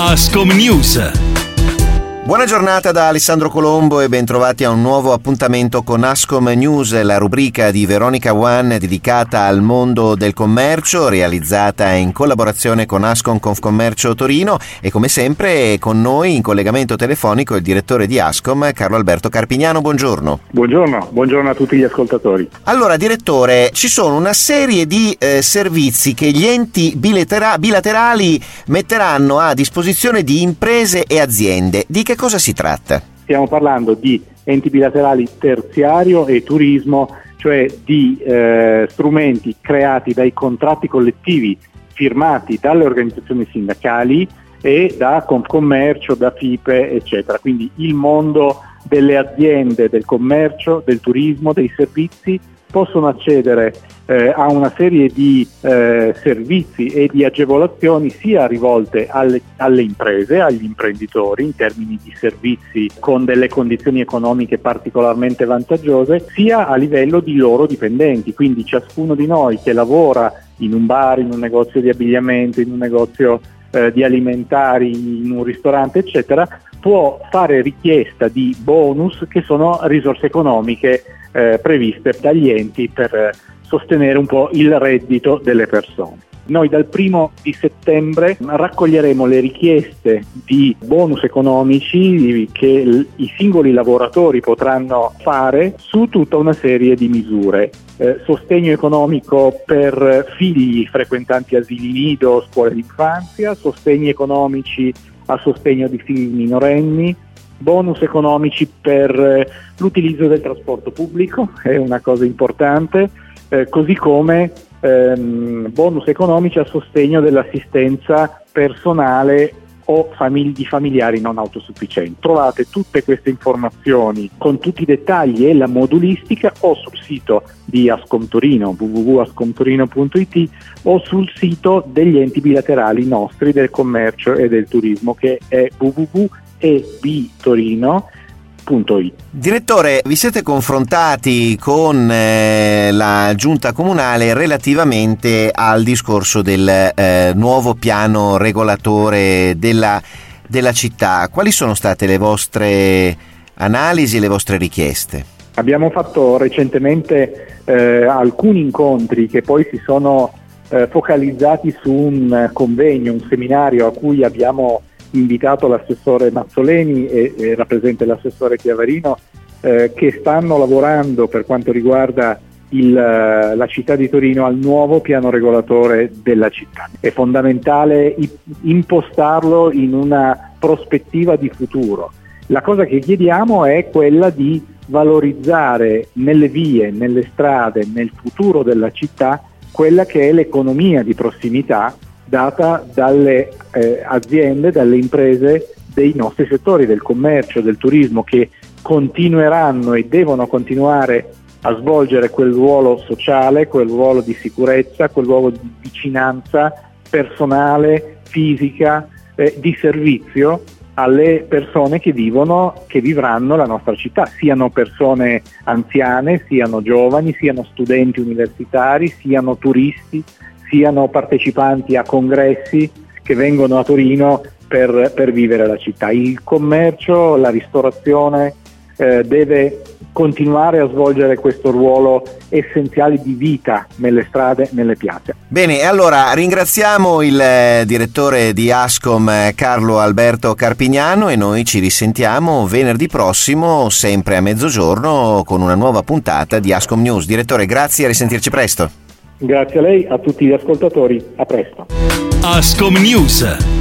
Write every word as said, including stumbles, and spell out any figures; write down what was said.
Ascom News. Buona giornata da Alessandro Colombo e bentrovati a un nuovo appuntamento con Ascom News, la rubrica di Veronica One dedicata al mondo del commercio, realizzata in collaborazione con Ascom Confcommercio Torino, e come sempre con noi in collegamento telefonico il direttore di Ascom, Carlo Alberto Carpignano. Buongiorno. Buongiorno, buongiorno a tutti gli ascoltatori. Allora, direttore, ci sono una serie di eh, servizi che gli enti bilatera- bilaterali metteranno a disposizione di imprese e aziende. Di che cosa si tratta? Stiamo parlando di enti bilaterali terziario e turismo, cioè di eh, strumenti creati dai contratti collettivi firmati dalle organizzazioni sindacali e da Confcommercio, da FIPE, eccetera. Quindi il mondo delle aziende, del commercio, del turismo, dei servizi possono accedere eh, a una serie di eh, servizi e di agevolazioni sia rivolte alle, alle imprese, agli imprenditori in termini di servizi con delle condizioni economiche particolarmente vantaggiose, sia a livello di loro dipendenti. Quindi ciascuno di noi che lavora in un bar, in un negozio di abbigliamento, in un negozio eh, di alimentari, in un ristorante, eccetera, può fare richiesta di bonus che sono risorse economiche eh, previste dagli enti per eh, sostenere un po' il reddito delle persone. Noi dal primo di settembre raccoglieremo le richieste di bonus economici che l- i singoli lavoratori potranno fare su tutta una serie di misure. Eh, sostegno economico per figli frequentanti asili nido, scuole d'infanzia, sostegni economici a sostegno di figli minorenni, bonus economici per eh, l'utilizzo del trasporto pubblico, è una cosa importante, eh, così come ehm, bonus economici a sostegno dell'assistenza personale o famig- di familiari non autosufficienti. Trovate tutte queste informazioni con tutti i dettagli e la modulistica o sul sito di Ascom Torino, w w w punto ascom torino punto i t, o sul sito degli enti bilaterali nostri del commercio e del turismo, che è w w w punto e b torino punto i t. Direttore, vi siete confrontati con eh, la giunta comunale relativamente al discorso del eh, nuovo piano regolatore della, della città. Quali sono state le vostre analisi e le vostre richieste? Abbiamo fatto recentemente eh, alcuni incontri che poi si sono eh, focalizzati su un convegno, un seminario a cui abbiamo invitato l'assessore Mazzoleni e, e rappresenta l'assessore Chiavarino, eh, che stanno lavorando per quanto riguarda il, la città di Torino al nuovo piano regolatore della città. È fondamentale impostarlo in una prospettiva di futuro. La cosa che chiediamo è quella di valorizzare nelle vie, nelle strade, nel futuro della città, quella che è l'economia di prossimità data dalle eh, aziende, dalle imprese dei nostri settori, del commercio, del turismo, che continueranno e devono continuare a svolgere quel ruolo sociale, quel ruolo di sicurezza, quel ruolo di vicinanza personale, fisica, eh, di servizio alle persone che vivono, che vivranno la nostra città, siano persone anziane, siano giovani, siano studenti universitari, siano turisti, siano partecipanti a congressi che vengono a Torino per, per vivere la città. Il commercio, la ristorazione eh, deve continuare a svolgere questo ruolo essenziale di vita nelle strade, nelle piazze. Bene, e allora ringraziamo il eh, direttore di Ascom, eh, Carlo Alberto Carpignano, e noi ci risentiamo venerdì prossimo, sempre a mezzogiorno, con una nuova puntata di Ascom News. Direttore, grazie e a risentirci presto. Grazie a lei, a tutti gli ascoltatori, a presto. Ascom News.